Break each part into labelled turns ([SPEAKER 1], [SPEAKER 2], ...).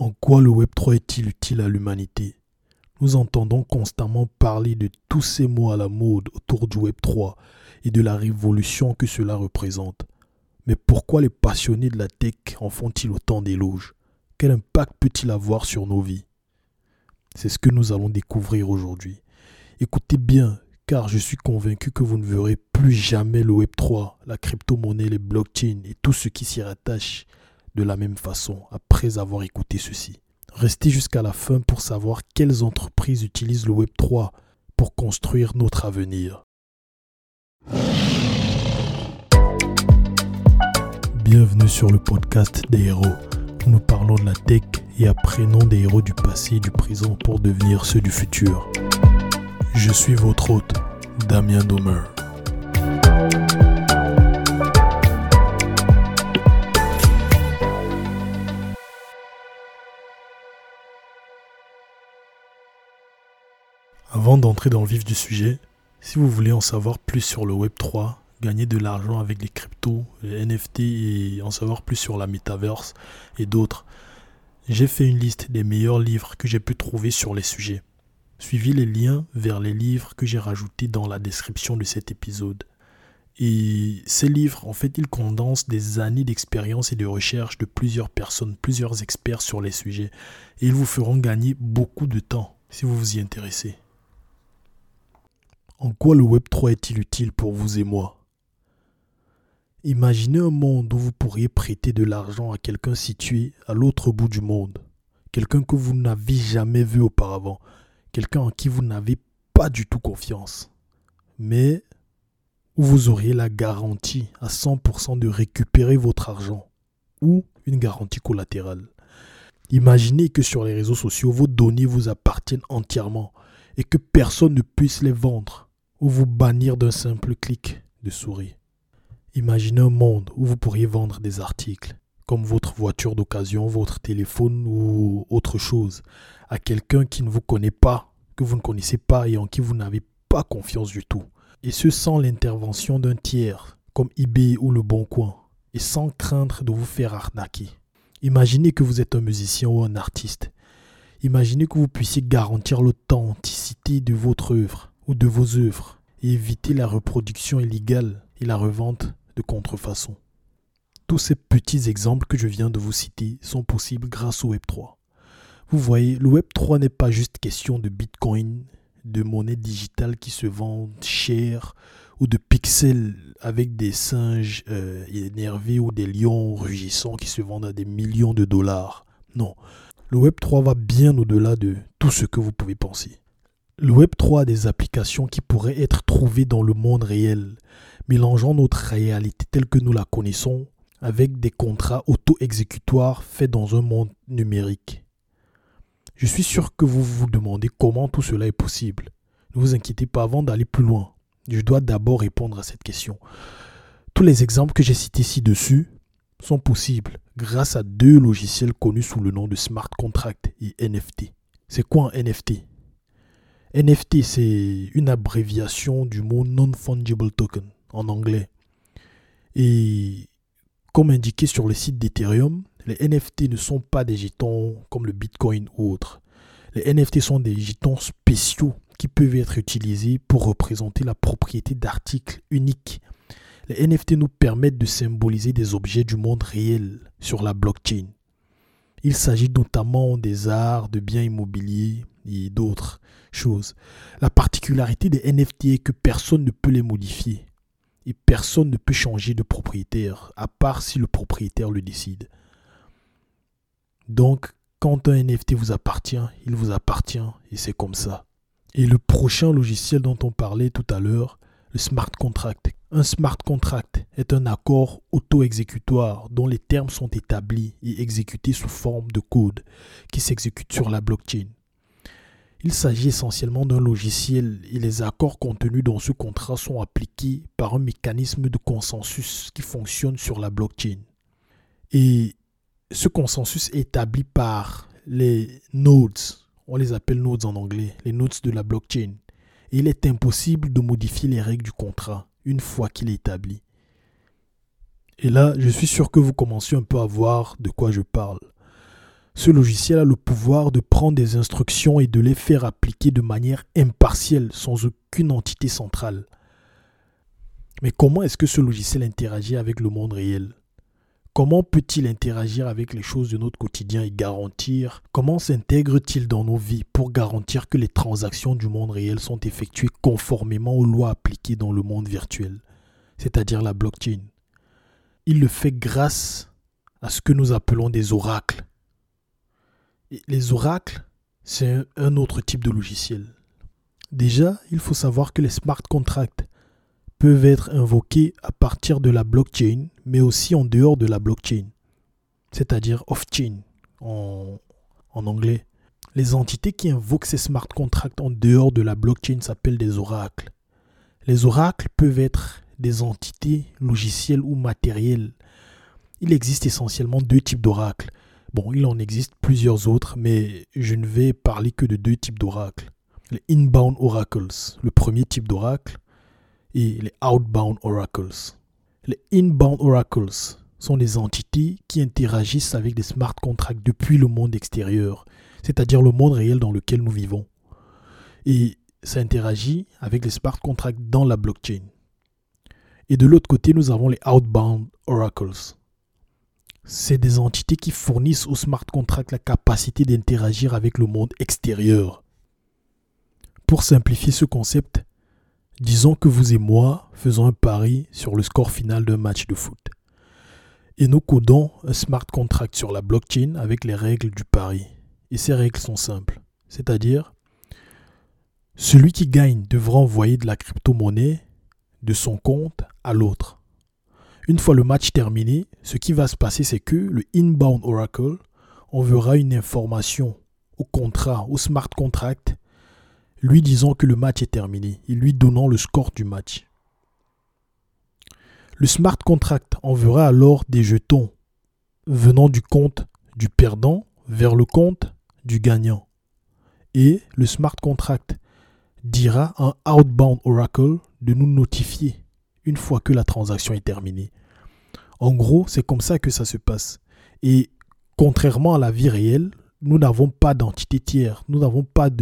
[SPEAKER 1] En quoi le Web3 est-il utile à l'humanité? Nous entendons constamment parler de tous ces mots à la mode autour du Web3 et de la révolution que cela représente. Mais pourquoi les passionnés de la tech en font-ils autant d'éloges? Quel impact peut-il avoir sur nos vies? C'est ce que nous allons découvrir aujourd'hui. Écoutez bien, car je suis convaincu que vous ne verrez plus jamais le Web3, la crypto-monnaie, les blockchains et tout ce qui s'y rattache de la même façon après avoir écouté ceci. Restez jusqu'à la fin pour savoir quelles entreprises utilisent le Web3 pour construire notre avenir. Bienvenue sur le podcast des héros. Nous parlons de la tech et apprenons des héros du passé et du présent pour devenir ceux du futur. Je suis votre hôte, Damien Domer. Avant d'entrer dans le vif du sujet, si vous voulez en savoir plus sur le Web3, gagner de l'argent avec les cryptos, les NFT et en savoir plus sur la Metaverse et d'autres, j'ai fait une liste des meilleurs livres que j'ai pu trouver sur les sujets. Suivez les liens vers les livres que j'ai rajoutés dans la description de cet épisode. Et ces livres, en fait, ils condensent des années d'expérience et de recherche de plusieurs personnes, plusieurs experts sur les sujets. Et ils vous feront gagner beaucoup de temps si vous vous y intéressez. En quoi le Web3 est-il utile pour vous et moi? Imaginez un monde où vous pourriez prêter de l'argent à quelqu'un situé à l'autre bout du monde. Quelqu'un que vous n'avez jamais vu auparavant. Quelqu'un en qui vous n'avez pas du tout confiance. Mais où vous auriez la garantie à 100% de récupérer votre argent. Ou une garantie collatérale. Imaginez que sur les réseaux sociaux, vos données vous appartiennent entièrement et que personne ne puisse les vendre ou vous bannir d'un simple clic de souris. Imaginez un monde où vous pourriez vendre des articles, comme votre voiture d'occasion, votre téléphone ou autre chose, à quelqu'un qui ne vous connaît pas, que vous ne connaissez pas et en qui vous n'avez pas confiance du tout. Et ce sans l'intervention d'un tiers, comme eBay ou Le Bon Coin, et sans craindre de vous faire arnaquer. Imaginez que vous êtes un musicien ou un artiste. Imaginez que vous puissiez garantir l'authenticité de votre œuvre ou de vos œuvres et éviter la reproduction illégale et la revente de contrefaçon. Tous ces petits exemples que je viens de vous citer sont possibles grâce au Web3. Vous voyez, le Web3 n'est pas juste question de Bitcoin, de monnaie digitale qui se vendent cher ou de pixels avec des singes énervés ou des lions rugissants qui se vendent à des millions de dollars. Non, le Web3 va bien au-delà de tout ce que vous pouvez penser. Le Web3 a des applications qui pourraient être trouvées dans le monde réel, mélangeant notre réalité telle que nous la connaissons avec des contrats auto-exécutoires faits dans un monde numérique. Je suis sûr que vous vous demandez comment tout cela est possible. Ne vous inquiétez pas, avant d'aller plus loin. Je dois d'abord répondre à cette question. Tous les exemples que j'ai cités ci-dessus sont possibles grâce à deux logiciels connus sous le nom de Smart Contract et NFT. C'est quoi un NFT? NFT, c'est une abréviation du mot Non-Fungible Token en anglais. Et comme indiqué sur le site d'Ethereum, les NFT ne sont pas des jetons comme le Bitcoin ou autres. Les NFT sont des jetons spéciaux qui peuvent être utilisés pour représenter la propriété d'articles uniques. Les NFT nous permettent de symboliser des objets du monde réel sur la blockchain. Il s'agit notamment des arts, de biens immobiliers et d'autres choses. La particularité des NFT est que personne ne peut les modifier et personne ne peut changer de propriétaire, à part si le propriétaire le décide. Donc, quand un NFT vous appartient, il vous appartient et c'est comme ça. Et le prochain logiciel dont on parlait tout à l'heure, le smart contract. Un smart contract est un accord auto-exécutoire dont les termes sont établis et exécutés sous forme de code qui s'exécute sur la blockchain. Il s'agit essentiellement d'un logiciel et les accords contenus dans ce contrat sont appliqués par un mécanisme de consensus qui fonctionne sur la blockchain. Et ce consensus est établi par les nodes, on les appelle nodes en anglais, les nodes de la blockchain. Et il est impossible de modifier les règles du contrat une fois qu'il est établi. Et là, je suis sûr que vous commencez un peu à voir de quoi je parle. Ce logiciel a le pouvoir de prendre des instructions et de les faire appliquer de manière impartielle, sans aucune entité centrale. Mais comment est-ce que ce logiciel interagit avec le monde réel ? Comment peut-il interagir avec les choses de notre quotidien et garantir, comment s'intègre-t-il dans nos vies pour garantir que les transactions du monde réel sont effectuées conformément aux lois appliquées dans le monde virtuel, c'est-à-dire la blockchain ? Il le fait grâce à ce que nous appelons des oracles. Et les oracles, c'est un autre type de logiciel. Déjà, il faut savoir que les smart contracts peuvent être invoqués à partir de la blockchain, mais aussi en dehors de la blockchain, c'est-à-dire off-chain en anglais. Les entités qui invoquent ces smart contracts en dehors de la blockchain s'appellent des oracles. Les oracles peuvent être des entités logicielles ou matérielles. Il existe essentiellement deux types d'oracles. Bon, il en existe plusieurs autres, mais je ne vais parler que de deux types d'oracles. Les inbound oracles, le premier type d'oracle, et les outbound oracles. Les inbound oracles sont des entités qui interagissent avec des smart contracts depuis le monde extérieur, c'est-à-dire le monde réel dans lequel nous vivons. Et ça interagit avec les smart contracts dans la blockchain. Et de l'autre côté, nous avons les outbound oracles. C'est des entités qui fournissent aux smart contracts la capacité d'interagir avec le monde extérieur. Pour simplifier ce concept, disons que vous et moi faisons un pari sur le score final d'un match de foot. Et nous codons un smart contract sur la blockchain avec les règles du pari. Et ces règles sont simples. C'est-à-dire, celui qui gagne devra envoyer de la crypto-monnaie de son compte à l'autre. Une fois le match terminé, ce qui va se passer, c'est que le inbound oracle enverra une information au contrat, au smart contract, lui disant que le match est terminé et lui donnant le score du match. Le smart contract enverra alors des jetons venant du compte du perdant vers le compte du gagnant. Et le smart contract dira à un outbound oracle de nous notifier une fois que la transaction est terminée. En gros, c'est comme ça que ça se passe. Et contrairement à la vie réelle, nous n'avons pas d'entité tiers. Nous n'avons pas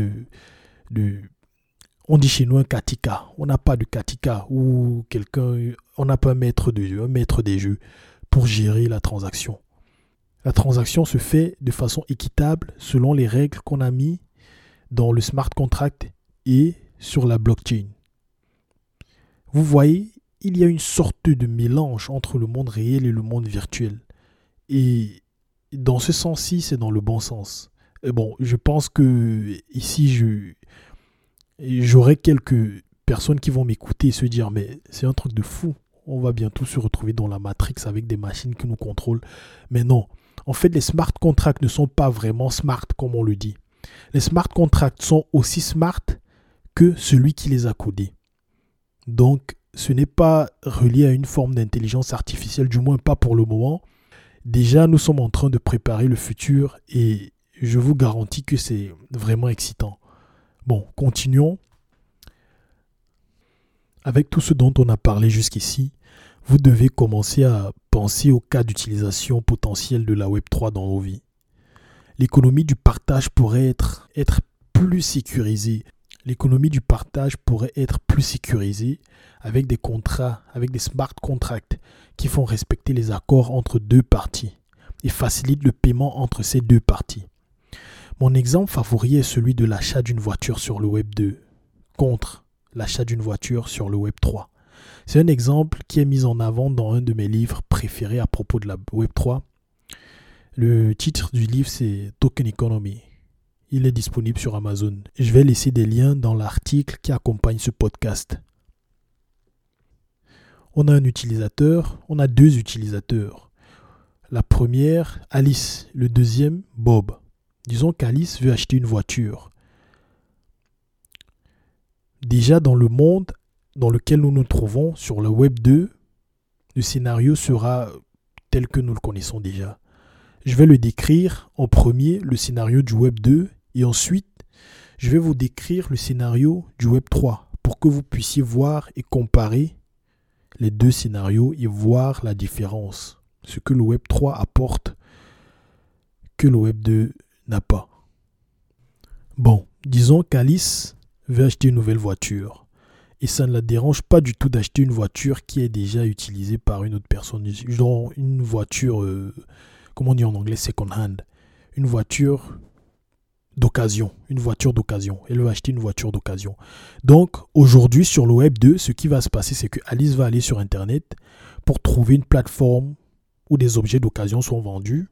[SPEAKER 1] on dit chez nous un katika. On n'a pas de katika ou on n'a pas un maître des jeux pour gérer la transaction. La transaction se fait de façon équitable selon les règles qu'on a mis dans le smart contract et sur la blockchain. Vous voyez, il y a une sorte de mélange entre le monde réel et le monde virtuel. Et dans ce sens-ci, c'est dans le bon sens. Et bon, je pense que ici, j'aurai quelques personnes qui vont m'écouter et se dire « Mais c'est un truc de fou, on va bientôt se retrouver dans la Matrix avec des machines qui nous contrôlent. » Mais non, en fait, les smart contracts ne sont pas vraiment smart comme on le dit. Les smart contracts sont aussi smart que celui qui les a codés. Donc, ce n'est pas relié à une forme d'intelligence artificielle, du moins pas pour le moment. Déjà, nous sommes en train de préparer le futur et je vous garantis que c'est vraiment excitant. Bon, continuons. Avec tout ce dont on a parlé jusqu'ici, vous devez commencer à penser aux cas d'utilisation potentielle de la Web3 dans nos vies. L'économie du partage pourrait être plus sécurisée. L'économie du partage pourrait être plus sécurisée avec des contrats, avec des smart contracts qui font respecter les accords entre deux parties et facilitent le paiement entre ces deux parties. Mon exemple favori est celui de l'achat d'une voiture sur le Web 2 contre l'achat d'une voiture sur le Web 3. C'est un exemple qui est mis en avant dans un de mes livres préférés à propos de la Web 3. Le titre du livre, c'est Token Economy. Il est disponible sur Amazon. Je vais laisser des liens dans l'article qui accompagne ce podcast. On a un utilisateur, on a deux utilisateurs. La première, Alice. Le deuxième, Bob. Disons qu'Alice veut acheter une voiture. Déjà dans le monde dans lequel nous nous trouvons, sur le Web 2, le scénario sera tel que nous le connaissons déjà. Je vais le décrire en premier, le scénario du Web 2, et ensuite, je vais vous décrire le scénario du Web 3 pour que vous puissiez voir et comparer les deux scénarios et voir la différence, ce que le Web 3 apporte que le Web 2 n'a pas. Bon, disons qu'Alice veut acheter une nouvelle voiture et ça ne la dérange pas du tout d'acheter une voiture qui est déjà utilisée par une autre personne, genre une voiture, comment on dit en anglais, second hand, une voiture d'occasion, Elle veut acheter une voiture d'occasion. Donc, aujourd'hui, sur le Web 2, ce qui va se passer, c'est que Alice va aller sur Internet pour trouver une plateforme où des objets d'occasion sont vendus.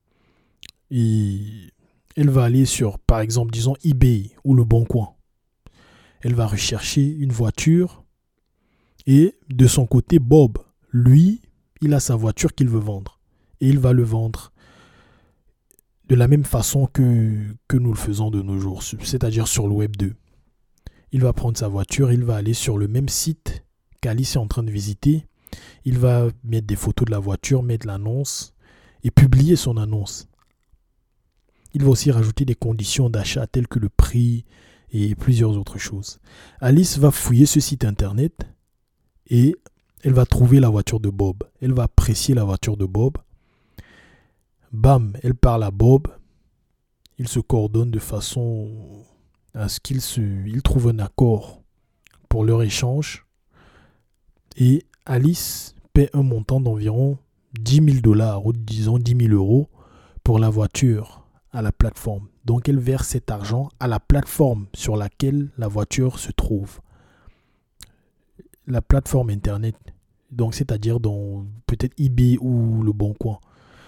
[SPEAKER 1] Et elle va aller sur, par exemple, disons eBay ou Le Bon Coin. Elle va rechercher une voiture et de son côté, Bob, lui, il a sa voiture qu'il veut vendre. Et il va le vendre de la même façon que nous le faisons de nos jours, c'est-à-dire sur le Web 2. Il va prendre sa voiture, il va aller sur le même site qu'Alice est en train de visiter. Il va mettre des photos de la voiture, mettre l'annonce et publier son annonce. Il va aussi rajouter des conditions d'achat telles que le prix et plusieurs autres choses. Alice va fouiller ce site internet et elle va trouver la voiture de Bob. Elle va apprécier la voiture de Bob. Bam, elle parle à Bob. Ils se coordonnent de façon à ce qu'ils trouvent un accord pour leur échange. Et Alice paie un montant d'environ $10,000 ou disons 10 000 euros pour la voiture à la plateforme. Donc elle verse cet argent à la plateforme sur laquelle la voiture se trouve. La plateforme internet, donc c'est-à-dire dans peut-être eBay ou Le Bon Coin.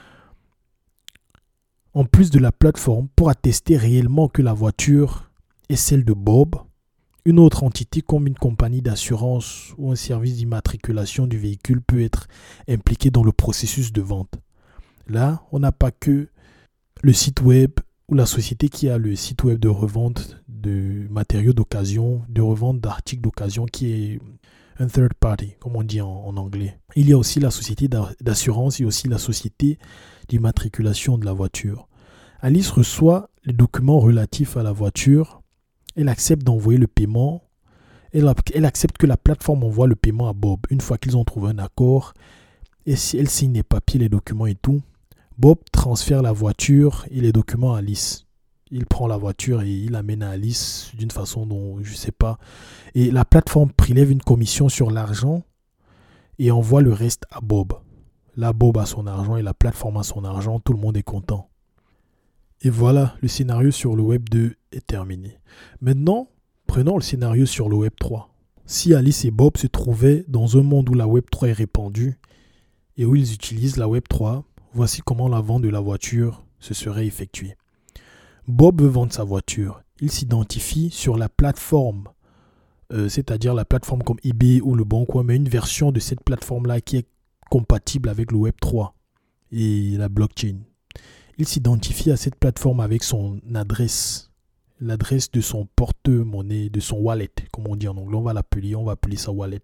[SPEAKER 1] En plus de la plateforme, pour attester réellement que la voiture est celle de Bob, une autre entité comme une compagnie d'assurance ou un service d'immatriculation du véhicule peut être impliquée dans le processus de vente. Là, on n'a pas que le site web ou la société qui a le site web de revente de matériaux d'occasion, de revente d'articles d'occasion qui est un third party, comme on dit en anglais. Il y a aussi la société d'assurance et aussi la société d'immatriculation de la voiture. Alice reçoit les documents relatifs à la voiture. Elle accepte d'envoyer le paiement. Elle accepte que la plateforme envoie le paiement à Bob. Une fois qu'ils ont trouvé un accord, et si elle signe les papiers, les documents et tout, Bob transfère la voiture et les documents à Alice. Il prend la voiture et il l'amène à Alice d'une façon dont je ne sais pas. Et la plateforme prélève une commission sur l'argent et envoie le reste à Bob. Là, Bob a son argent et la plateforme a son argent. Tout le monde est content. Et voilà, le scénario sur le Web 2 est terminé. Maintenant, prenons le scénario sur le Web 3. Si Alice et Bob se trouvaient dans un monde où la Web 3 est répandue et où ils utilisent la Web 3, voici comment la vente de la voiture se serait effectuée. Bob veut vendre sa voiture. Il s'identifie sur la plateforme, c'est-à-dire la plateforme comme eBay ou Le Bon Coin, mais une version de cette plateforme-là qui est compatible avec le Web 3 et la blockchain. Il s'identifie à cette plateforme avec son adresse, l'adresse de son porte-monnaie, de son wallet, comme on dit en anglais. On va appeler ça wallet.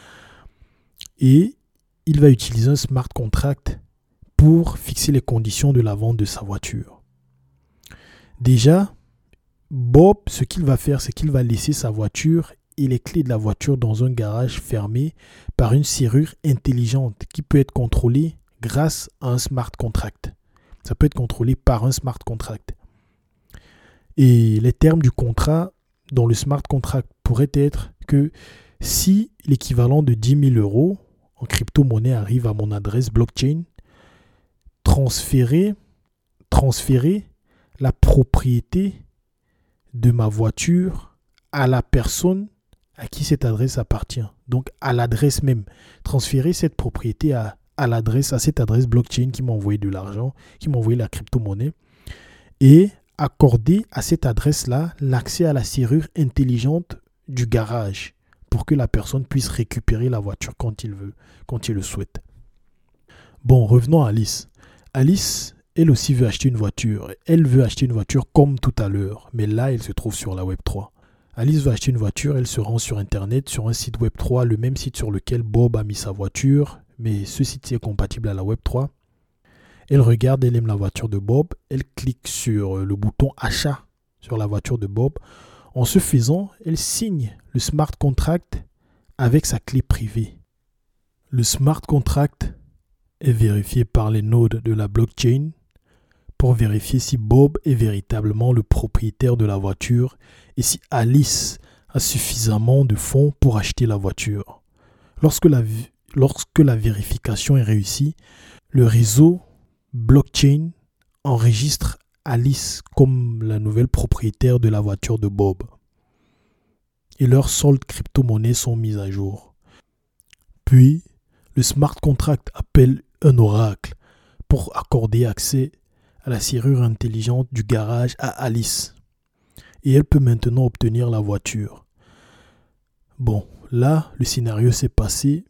[SPEAKER 1] Et il va utiliser un smart contract pour fixer les conditions de la vente de sa voiture. Déjà, Bob, ce qu'il va faire, c'est qu'il va laisser sa voiture et les clés de la voiture dans un garage fermé par une serrure intelligente qui peut être contrôlée grâce à un smart contract. Ça peut être contrôlé par un smart contract. Et les termes du contrat dans le smart contract pourraient être que si l'équivalent de 10 000 euros en crypto-monnaie arrive à mon adresse blockchain, transférer la propriété de ma voiture à la personne à qui cette adresse appartient. Donc à l'adresse même. Transférer cette propriété à cette adresse blockchain qui m'a envoyé de l'argent, qui m'a envoyé la crypto-monnaie, et accorder à cette adresse-là l'accès à la serrure intelligente du garage pour que la personne puisse récupérer la voiture quand il veut, quand il le souhaite. Bon, revenons à Alice. Alice, elle aussi veut acheter une voiture. Elle veut acheter une voiture comme tout à l'heure, mais là, elle se trouve sur la Web 3. Alice veut acheter une voiture, elle se rend sur Internet, sur un site Web 3, le même site sur lequel Bob a mis sa voiture, mais ce site est compatible à la Web 3. Elle regarde, elle aime la voiture de Bob, elle clique sur le bouton achat sur la voiture de Bob. En ce faisant, elle signe le smart contract avec sa clé privée. Le smart contract est vérifié par les nodes de la blockchain pour vérifier si Bob est véritablement le propriétaire de la voiture et si Alice a suffisamment de fonds pour acheter la voiture. Lorsque la vérification est réussie, le réseau blockchain enregistre Alice comme la nouvelle propriétaire de la voiture de Bob. Et leurs soldes crypto-monnaies sont mis à jour. Puis, le smart contract appelle un oracle pour accorder accès à la serrure intelligente du garage à Alice. Et elle peut maintenant obtenir la voiture. Bon, là, le scénario s'est passé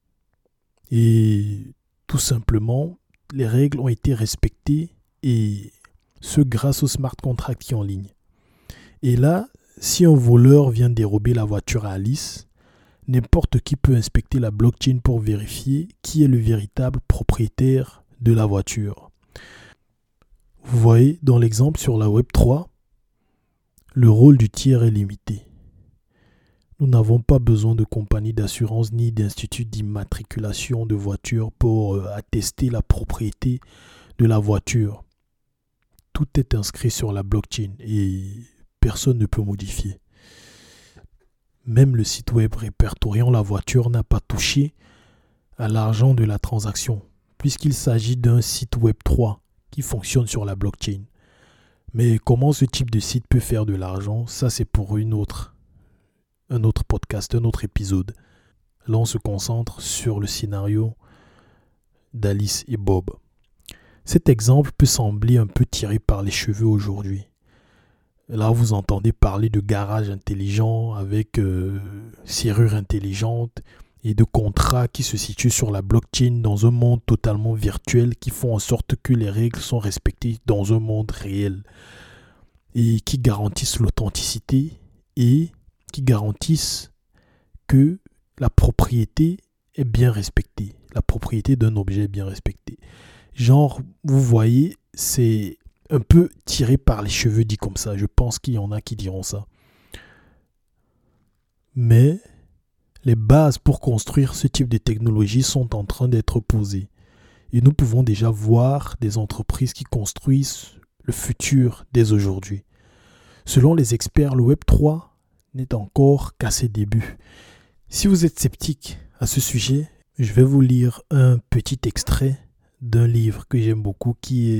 [SPEAKER 1] et tout simplement, les règles ont été respectées et ce grâce au smart contract qui est en ligne. Et là, si un voleur vient dérober la voiture à Alice, n'importe qui peut inspecter la blockchain pour vérifier qui est le véritable propriétaire de la voiture. Vous voyez, dans l'exemple sur la Web3, le rôle du tiers est limité. Nous n'avons pas besoin de compagnie d'assurance ni d'institut d'immatriculation de voitures pour attester la propriété de la voiture. Tout est inscrit sur la blockchain et personne ne peut modifier. Même le site web répertoriant la voiture n'a pas touché à l'argent de la transaction, puisqu'il s'agit d'un site Web3 qui fonctionne sur la blockchain. Mais comment ce type de site peut faire de l'argent, ça c'est pour un autre podcast, un autre épisode. Là on se concentre sur le scénario d'Alice et Bob. Cet exemple peut sembler un peu tiré par les cheveux aujourd'hui. Là, vous entendez parler de garage intelligent avec serrure intelligente et de contrats qui se situent sur la blockchain dans un monde totalement virtuel qui font en sorte que les règles sont respectées dans un monde réel et qui garantissent l'authenticité et qui garantissent que la propriété est bien respectée, la propriété d'un objet est bien respectée. Genre, vous voyez, c'est un peu tiré par les cheveux dit comme ça. Je pense qu'il y en a qui diront ça. Mais les bases pour construire ce type de technologie sont en train d'être posées. Et nous pouvons déjà voir des entreprises qui construisent le futur dès aujourd'hui. Selon les experts, le Web3 n'est encore qu'à ses débuts. Si vous êtes sceptique à ce sujet, je vais vous lire un petit extrait d'un livre que j'aime beaucoup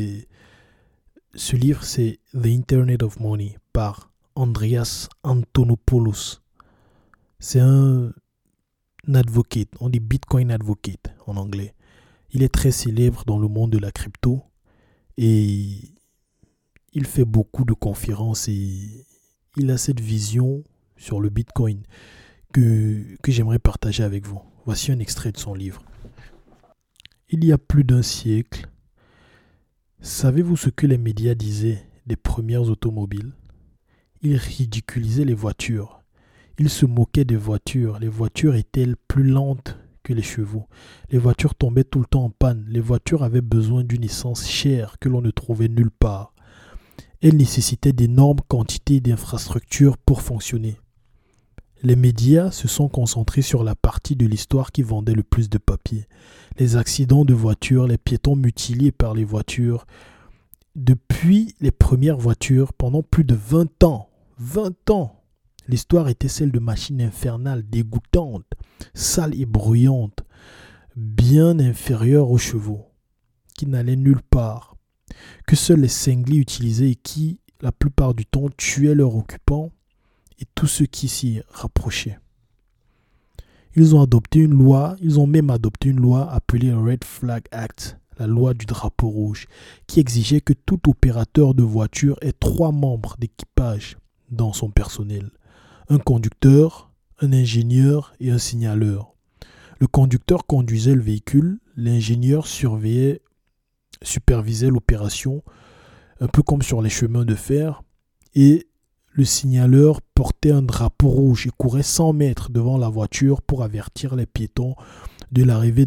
[SPEAKER 1] ce livre, c'est The Internet of Money par Andreas Antonopoulos. C'est un advocate, on dit Bitcoin advocate en anglais. Il est très célèbre dans le monde de la crypto et il fait beaucoup de conférences et il a cette vision sur le Bitcoin que j'aimerais partager avec vous. Voici un extrait de son livre. Il y a plus d'un siècle, savez-vous ce que les médias disaient des premières automobiles? Ils ridiculisaient les voitures. Ils se moquaient des voitures. Les voitures étaient plus lentes que les chevaux. Les voitures tombaient tout le temps en panne. Les voitures avaient besoin d'une essence chère que l'on ne trouvait nulle part. Elles nécessitaient d'énormes quantités d'infrastructures pour fonctionner. Les médias se sont concentrés sur la partie de l'histoire qui vendait le plus de papier. Les accidents de voitures, les piétons mutilés par les voitures. Depuis les premières voitures, pendant plus de 20 ans, l'histoire était celle de machines infernales, dégoûtantes, sales et bruyantes, bien inférieures aux chevaux, qui n'allaient nulle part, que seuls les cinglés utilisaient et qui, la plupart du temps, tuaient leurs occupants et tous ceux qui s'y rapprochaient. Ils ont même adopté une loi appelée Red Flag Act, la loi du drapeau rouge, qui exigeait que tout opérateur de voiture ait 3 membres d'équipage dans son personnel. Un conducteur, un ingénieur et un signaleur. Le conducteur conduisait le véhicule, l'ingénieur supervisait l'opération, un peu comme sur les chemins de fer, et le signaleur portait un drapeau rouge et courait 100 mètres devant la voiture pour avertir les piétons de l'arrivée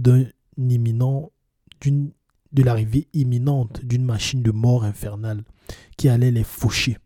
[SPEAKER 1] imminente d'une machine de mort infernale qui allait les faucher.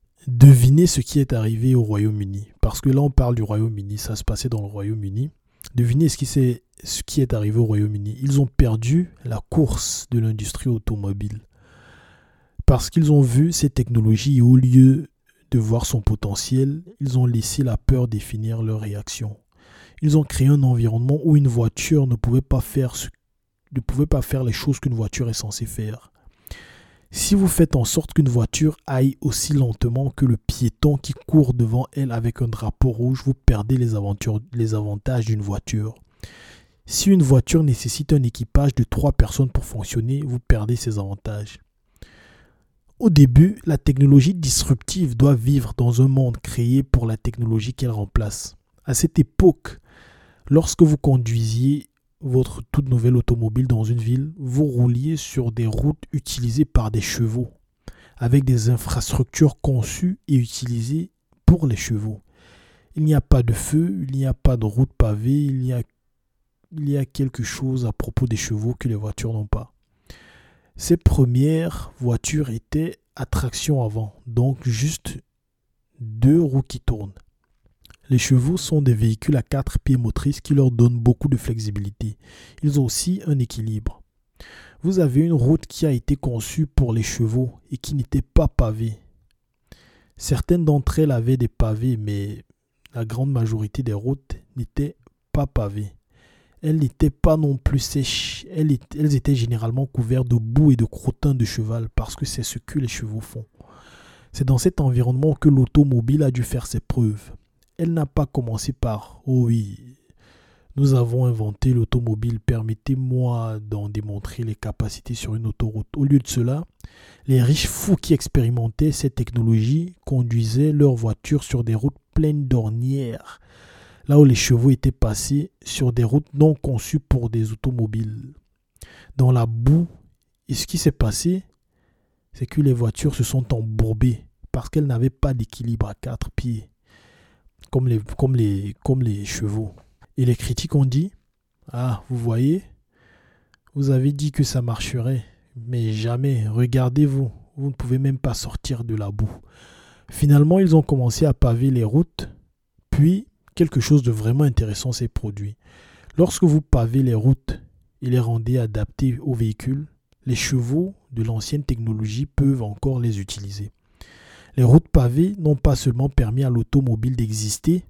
[SPEAKER 1] Devinez ce qui est arrivé au Royaume-Uni. Parce que là, on parle du Royaume-Uni. Ça se passait dans le Royaume-Uni. Devinez ce qui est arrivé au Royaume-Uni. Ils ont perdu la course de l'industrie automobile parce qu'ils ont vu ces technologies et au lieu de voir son potentiel, ils ont laissé la peur définir leur réaction. Ils ont créé un environnement où une voiture ne pouvait pas faire les choses qu'une voiture est censée faire. Si vous faites en sorte qu'une voiture aille aussi lentement que le piéton qui court devant elle avec un drapeau rouge, vous perdez les avantages d'une voiture. Si une voiture nécessite un équipage de 3 personnes pour fonctionner, vous perdez ses avantages. Au début, la technologie disruptive doit vivre dans un monde créé pour la technologie qu'elle remplace. À cette époque, lorsque vous conduisiez votre toute nouvelle automobile dans une ville, vous rouliez sur des routes utilisées par des chevaux, avec des infrastructures conçues et utilisées pour les chevaux. Il n'y a pas de feu, il n'y a pas de route pavée, il y a quelque chose à propos des chevaux que les voitures n'ont pas. Ces premières voitures étaient à traction avant, donc juste 2 roues qui tournent. Les chevaux sont des véhicules à 4 pieds motrices qui leur donnent beaucoup de flexibilité. Ils ont aussi un équilibre. Vous avez une route qui a été conçue pour les chevaux et qui n'était pas pavée. Certaines d'entre elles avaient des pavés, mais la grande majorité des routes n'étaient pas pavées. Elles n'étaient pas non plus sèches. Elles étaient généralement couvertes de boue et de crottins de cheval parce que c'est ce que les chevaux font. C'est dans cet environnement que l'automobile a dû faire ses preuves. Elle n'a pas commencé par « Oh oui, nous avons inventé l'automobile, permettez-moi d'en démontrer les capacités sur une autoroute ». Au lieu de cela, les riches fous qui expérimentaient cette technologie conduisaient leurs voitures sur des routes pleines d'ornières, là où les chevaux étaient passés sur des routes non conçues pour des automobiles. Dans la boue, et ce qui s'est passé, c'est que les voitures se sont embourbées parce qu'elles n'avaient pas d'équilibre à 4 pieds. Comme les chevaux. Et les critiques ont dit « Ah, vous voyez, vous avez dit que ça marcherait, mais jamais, regardez-vous, vous ne pouvez même pas sortir de la boue. » Finalement, ils ont commencé à paver les routes, puis quelque chose de vraiment intéressant s'est produit. Lorsque vous pavez les routes et les rendez adaptées aux véhicules, les chevaux de l'ancienne technologie peuvent encore les utiliser. Les routes pavées n'ont pas seulement permis à l'automobile d'exister,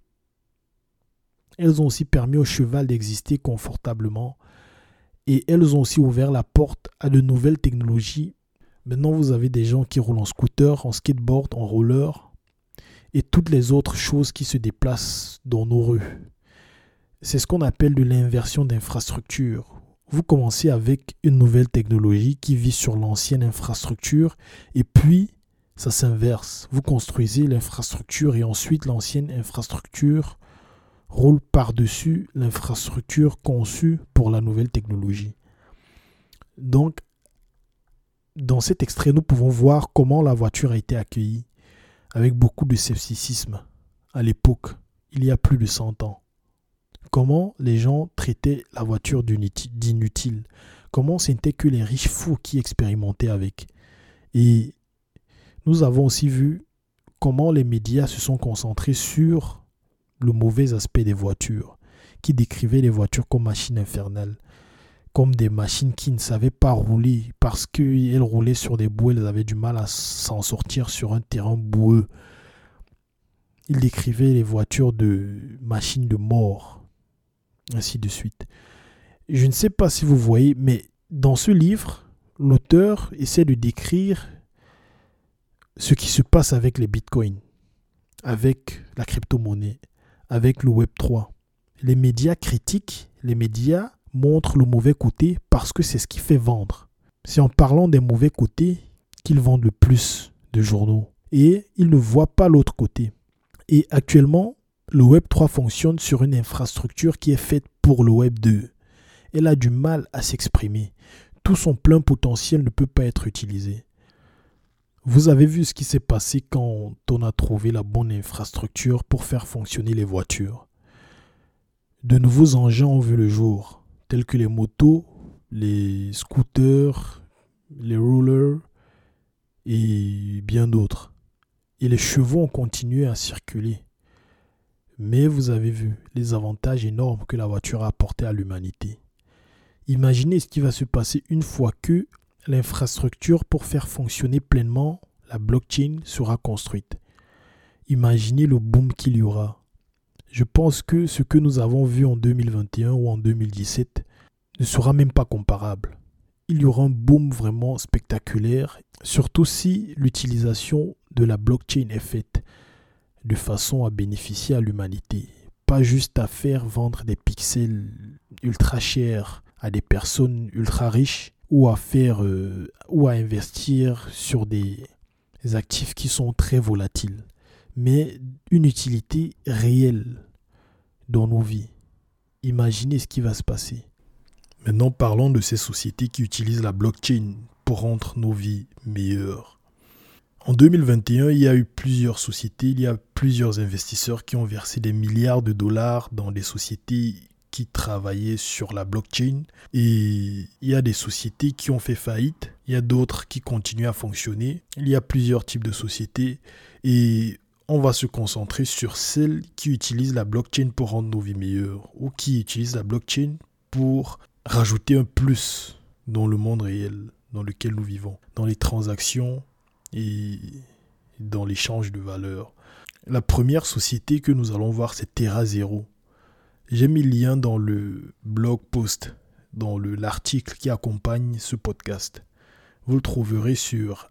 [SPEAKER 1] elles ont aussi permis au cheval d'exister confortablement et elles ont aussi ouvert la porte à de nouvelles technologies. Maintenant, vous avez des gens qui roulent en scooter, en skateboard, en roller et toutes les autres choses qui se déplacent dans nos rues. C'est ce qu'on appelle de l'inversion d'infrastructure. Vous commencez avec une nouvelle technologie qui vit sur l'ancienne infrastructure et puis ça s'inverse. Vous construisez l'infrastructure et ensuite l'ancienne infrastructure roule par-dessus l'infrastructure conçue pour la nouvelle technologie. Donc, dans cet extrait, nous pouvons voir comment la voiture a été accueillie avec beaucoup de scepticisme à l'époque, il y a plus de 100 ans. Comment les gens traitaient la voiture d'inutile. Comment c'était que les riches fous qui expérimentaient avec. Et nous avons aussi vu comment les médias se sont concentrés sur le mauvais aspect des voitures, qui décrivaient les voitures comme machines infernales, comme des machines qui ne savaient pas rouler parce qu'elles roulaient sur des boues, elles avaient du mal à s'en sortir sur un terrain boueux. Ils décrivaient les voitures de machines de mort, ainsi de suite. Je ne sais pas si vous voyez, mais dans ce livre, l'auteur essaie de décrire ce qui se passe avec les bitcoins, avec la crypto-monnaie, avec le Web3. Les médias critiquent, les médias montrent le mauvais côté parce que c'est ce qui fait vendre. C'est en parlant des mauvais côtés qu'ils vendent le plus de journaux. Et ils ne voient pas l'autre côté. Et actuellement, le Web3 fonctionne sur une infrastructure qui est faite pour le Web2. Elle a du mal à s'exprimer. Tout son plein potentiel ne peut pas être utilisé. Vous avez vu ce qui s'est passé quand on a trouvé la bonne infrastructure pour faire fonctionner les voitures. De nouveaux engins ont vu le jour, tels que les motos, les scooters, les rollers et bien d'autres. Et les chevaux ont continué à circuler. Mais vous avez vu les avantages énormes que la voiture a apportés à l'humanité. Imaginez ce qui va se passer une fois que l'infrastructure pour faire fonctionner pleinement la blockchain sera construite. Imaginez le boom qu'il y aura. Je pense que ce que nous avons vu en 2021 ou en 2017 ne sera même pas comparable. Il y aura un boom vraiment spectaculaire, surtout si l'utilisation de la blockchain est faite de façon à bénéficier à l'humanité. Pas juste à faire vendre des pixels ultra chers à des personnes ultra riches ou à investir sur des actifs qui sont très volatiles, mais une utilité réelle dans nos vies. Imaginez ce qui va se passer. Maintenant, parlons de ces sociétés qui utilisent la blockchain pour rendre nos vies meilleures. En 2021, il y a eu plusieurs sociétés, il y a plusieurs investisseurs qui ont versé des milliards de dollars dans des sociétés qui travaillaient sur la blockchain. Et il y a des sociétés qui ont fait faillite, il y a d'autres qui continuent à fonctionner. Il y a plusieurs types de sociétés et on va se concentrer sur celles qui utilisent la blockchain pour rendre nos vies meilleures ou qui utilisent la blockchain pour rajouter un plus dans le monde réel dans lequel nous vivons, dans les transactions et dans l'échange de valeurs. La première société que nous allons voir, c'est TerraZero. J'ai mis le lien dans le blog post, dans l'article qui accompagne ce podcast. Vous le trouverez sur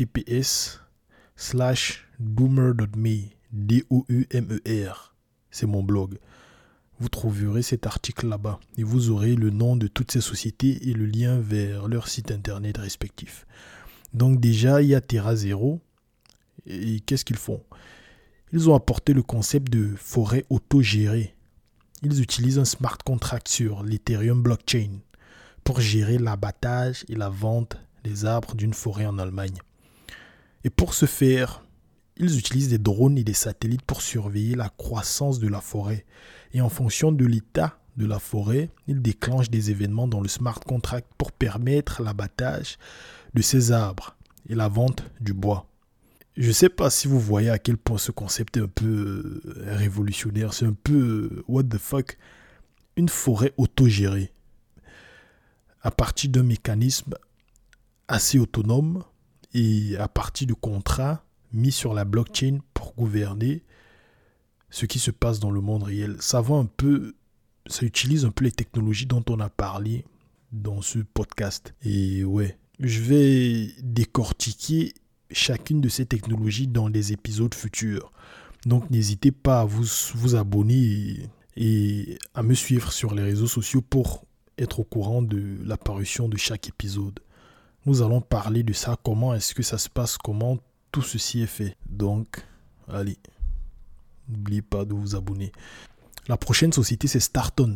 [SPEAKER 1] https://doomer.me, D-O-U-M-E-R. C'est mon blog. Vous trouverez cet article là-bas et vous aurez le nom de toutes ces sociétés et le lien vers leur site internet respectif. Donc déjà, il y a TerraZero. Et qu'est-ce qu'ils font? Ils ont apporté le concept de forêt autogérée. Ils utilisent un smart contract sur l'Ethereum blockchain pour gérer l'abattage et la vente des arbres d'une forêt en Allemagne. Et pour ce faire, ils utilisent des drones et des satellites pour surveiller la croissance de la forêt. Et en fonction de l'état de la forêt, ils déclenchent des événements dans le smart contract pour permettre l'abattage de ces arbres et la vente du bois. Je ne sais pas si vous voyez à quel point ce concept est un peu révolutionnaire. C'est un peu what the fuck. Une forêt autogérée à partir d'un mécanisme assez autonome et à partir de contrats mis sur la blockchain pour gouverner ce qui se passe dans le monde réel. Ça utilise un peu les technologies dont on a parlé dans ce podcast. Et ouais, je vais décortiquer chacune de ces technologies dans des épisodes futurs. Donc n'hésitez pas à vous abonner et à me suivre sur les réseaux sociaux pour être au courant de l'apparition de chaque épisode. Nous allons parler de ça, comment est-ce que ça se passe, comment tout ceci est fait. Donc, allez, n'oubliez pas de vous abonner. La prochaine société, c'est Starton.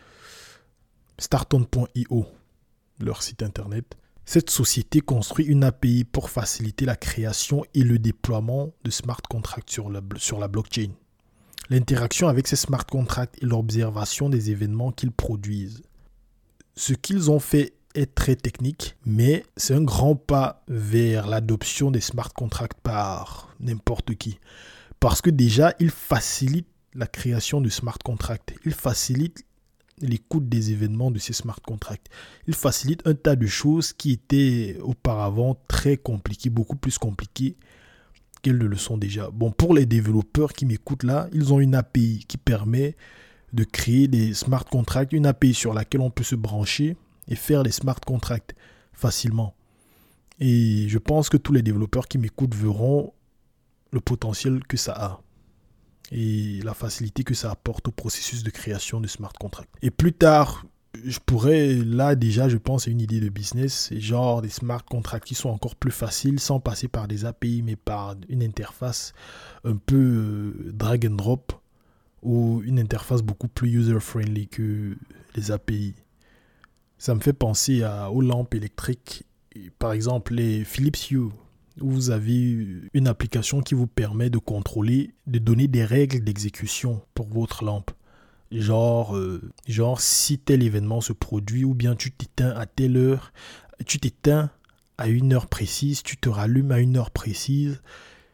[SPEAKER 1] Starton.io, leur site internet. Cette société construit une API pour faciliter la création et le déploiement de smart contracts sur la blockchain. L'interaction avec ces smart contracts et l'observation des événements qu'ils produisent. Ce qu'ils ont fait est très technique, mais c'est un grand pas vers l'adoption des smart contracts par n'importe qui. Parce que déjà, ils facilitent la création de smart contracts. Ils facilitent l'écoute des événements de ces smart contracts. Ils facilitent un tas de choses qui étaient auparavant très compliquées, beaucoup plus compliquées qu'elles ne le sont déjà. Bon, pour les développeurs qui m'écoutent là, ils ont une API qui permet de créer des smart contracts, une API sur laquelle on peut se brancher et faire des smart contracts facilement. Et je pense que tous les développeurs qui m'écoutent verront le potentiel que ça a et la facilité que ça apporte au processus de création de smart contracts. Et plus tard, je pourrais, là déjà, je pense à une idée de business, genre des smart contracts qui sont encore plus faciles, sans passer par des API, mais par une interface un peu drag and drop, ou une interface beaucoup plus user-friendly que les API. Ça me fait penser aux lampes électriques, par exemple les Philips Hue, où vous avez une application qui vous permet de contrôler, de donner des règles d'exécution pour votre lampe. Genre si tel événement se produit, ou bien tu t'éteins à telle heure, tu t'éteins à une heure précise, tu te rallumes à une heure précise.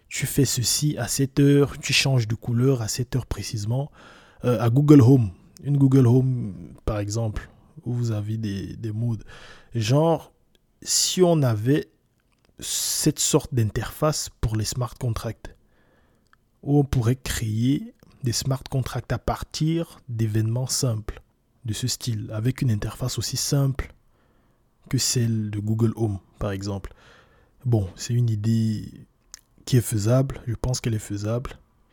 [SPEAKER 1] tu fais ceci à cette heure, tu changes de couleur à cette heure précisément. À Google Home, une Google Home par exemple, où vous avez des modes. Genre, si on avait cette sorte d'interface pour les smart contracts, où on pourrait créer des smart contracts à partir d'événements simples de ce style, avec une interface aussi simple que celle de Google Home, par exemple. Bon, c'est une idée qui est faisable, je pense qu'elle est faisable,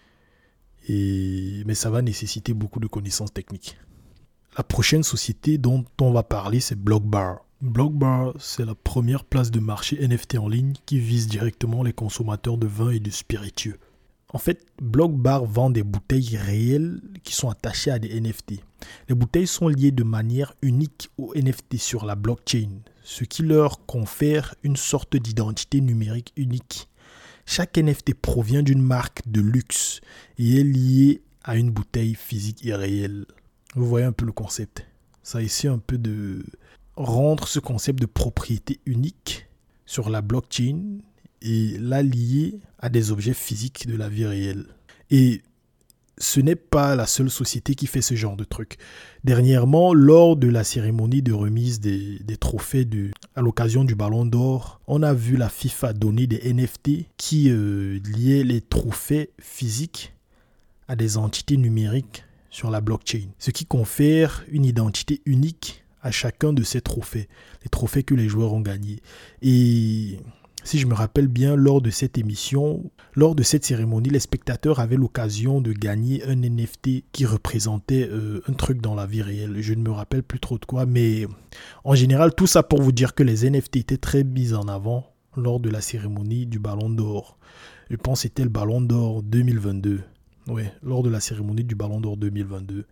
[SPEAKER 1] mais ça va nécessiter beaucoup de connaissances techniques. La prochaine société dont on va parler, c'est Blockbar. Blockbar, c'est la première place de marché NFT en ligne qui vise directement les consommateurs de vin et de spiritueux. En fait, Blockbar vend des bouteilles réelles qui sont attachées à des NFT. Les bouteilles sont liées de manière unique aux NFT sur la blockchain, ce qui leur confère une sorte d'identité numérique unique. Chaque NFT provient d'une marque de luxe et est lié à une bouteille physique et réelle. Vous voyez un peu le concept. Ça essaie un peu de rendre ce concept de propriété unique sur la blockchain et la lier à des objets physiques de la vie réelle. Et ce n'est pas la seule société qui fait ce genre de truc. Dernièrement, lors de la cérémonie de remise des trophées à l'occasion du Ballon d'Or, on a vu la FIFA donner des NFT qui liaient les trophées physiques à des entités numériques sur la blockchain, ce qui confère une identité unique à chacun de ces trophées, les trophées que les joueurs ont gagnés. Et si je me rappelle bien, lors de cette émission, lors de cette cérémonie, les spectateurs avaient l'occasion de gagner un NFT qui représentait un truc dans la vie réelle. Je ne me rappelle plus trop de quoi, mais en général, tout ça pour vous dire que les NFT étaient très mis en avant lors de la cérémonie du Ballon d'Or. Je pense que c'était le Ballon d'Or 2022. Oui, lors de la cérémonie du Ballon d'Or 2022.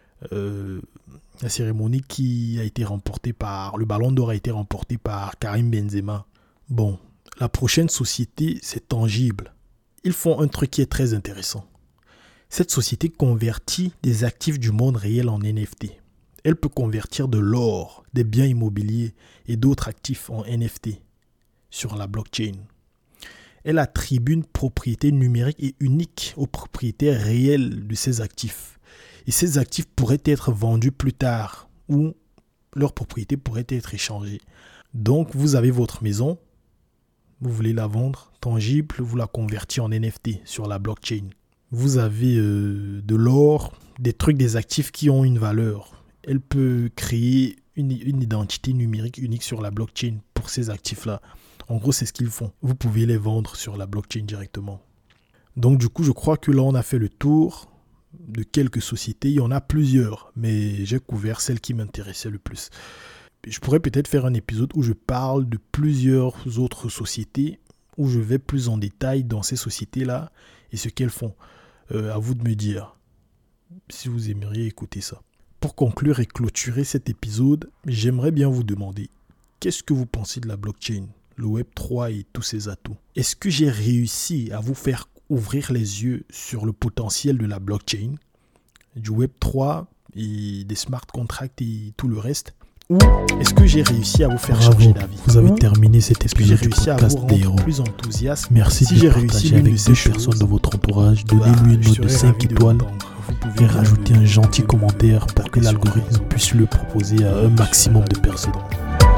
[SPEAKER 1] La cérémonie qui a été remportée le Ballon d'Or a été remporté par Karim Benzema. Bon. La prochaine société, c'est Tangible. Ils font un truc qui est très intéressant. Cette société convertit des actifs du monde réel en NFT. Elle peut convertir de l'or, des biens immobiliers et d'autres actifs en NFT sur la blockchain. Elle attribue une propriété numérique et unique aux propriétaires réels de ces actifs. Et ces actifs pourraient être vendus plus tard ou leurs propriétés pourraient être échangées. Donc, vous avez votre maison. Vous voulez la vendre tangible, vous la convertir en NFT sur la blockchain. Vous avez de l'or, des trucs, des actifs qui ont une valeur. Elle peut créer une identité numérique unique sur la blockchain pour ces actifs-là. En gros, c'est ce qu'ils font. Vous pouvez les vendre sur la blockchain directement. Donc du coup, je crois que là, on a fait le tour de quelques sociétés. Il y en a plusieurs, mais j'ai couvert celles qui m'intéressaient le plus. Je pourrais peut-être faire un épisode où je parle de plusieurs autres sociétés, où je vais plus en détail dans ces sociétés-là et ce qu'elles font. À vous de me dire si vous aimeriez écouter ça. Pour conclure et clôturer cet épisode, j'aimerais bien vous demander, qu'est-ce que vous pensez de la blockchain, le Web3 et tous ses atouts? Est-ce que j'ai réussi à vous faire ouvrir les yeux sur le potentiel de la blockchain, du Web3 et des smart contracts et tout le reste? Ou est-ce que j'ai réussi à vous faire changer d'avis?
[SPEAKER 2] Vous avez terminé cet épisode du podcast des héros.
[SPEAKER 1] Plus enthousiaste.
[SPEAKER 2] Merci de partager avec 2 personnes de votre entourage. Donnez-lui une note de 5 étoiles et rajoutez un gentil commentaire pour que l'algorithme puisse le proposer à un maximum de personnes.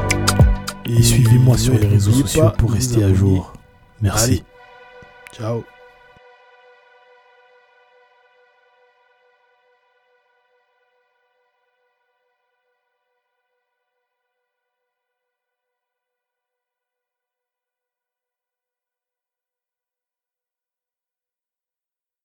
[SPEAKER 2] Et suivez-moi sur les réseaux sociaux pour rester à jour. Merci.
[SPEAKER 1] Ciao.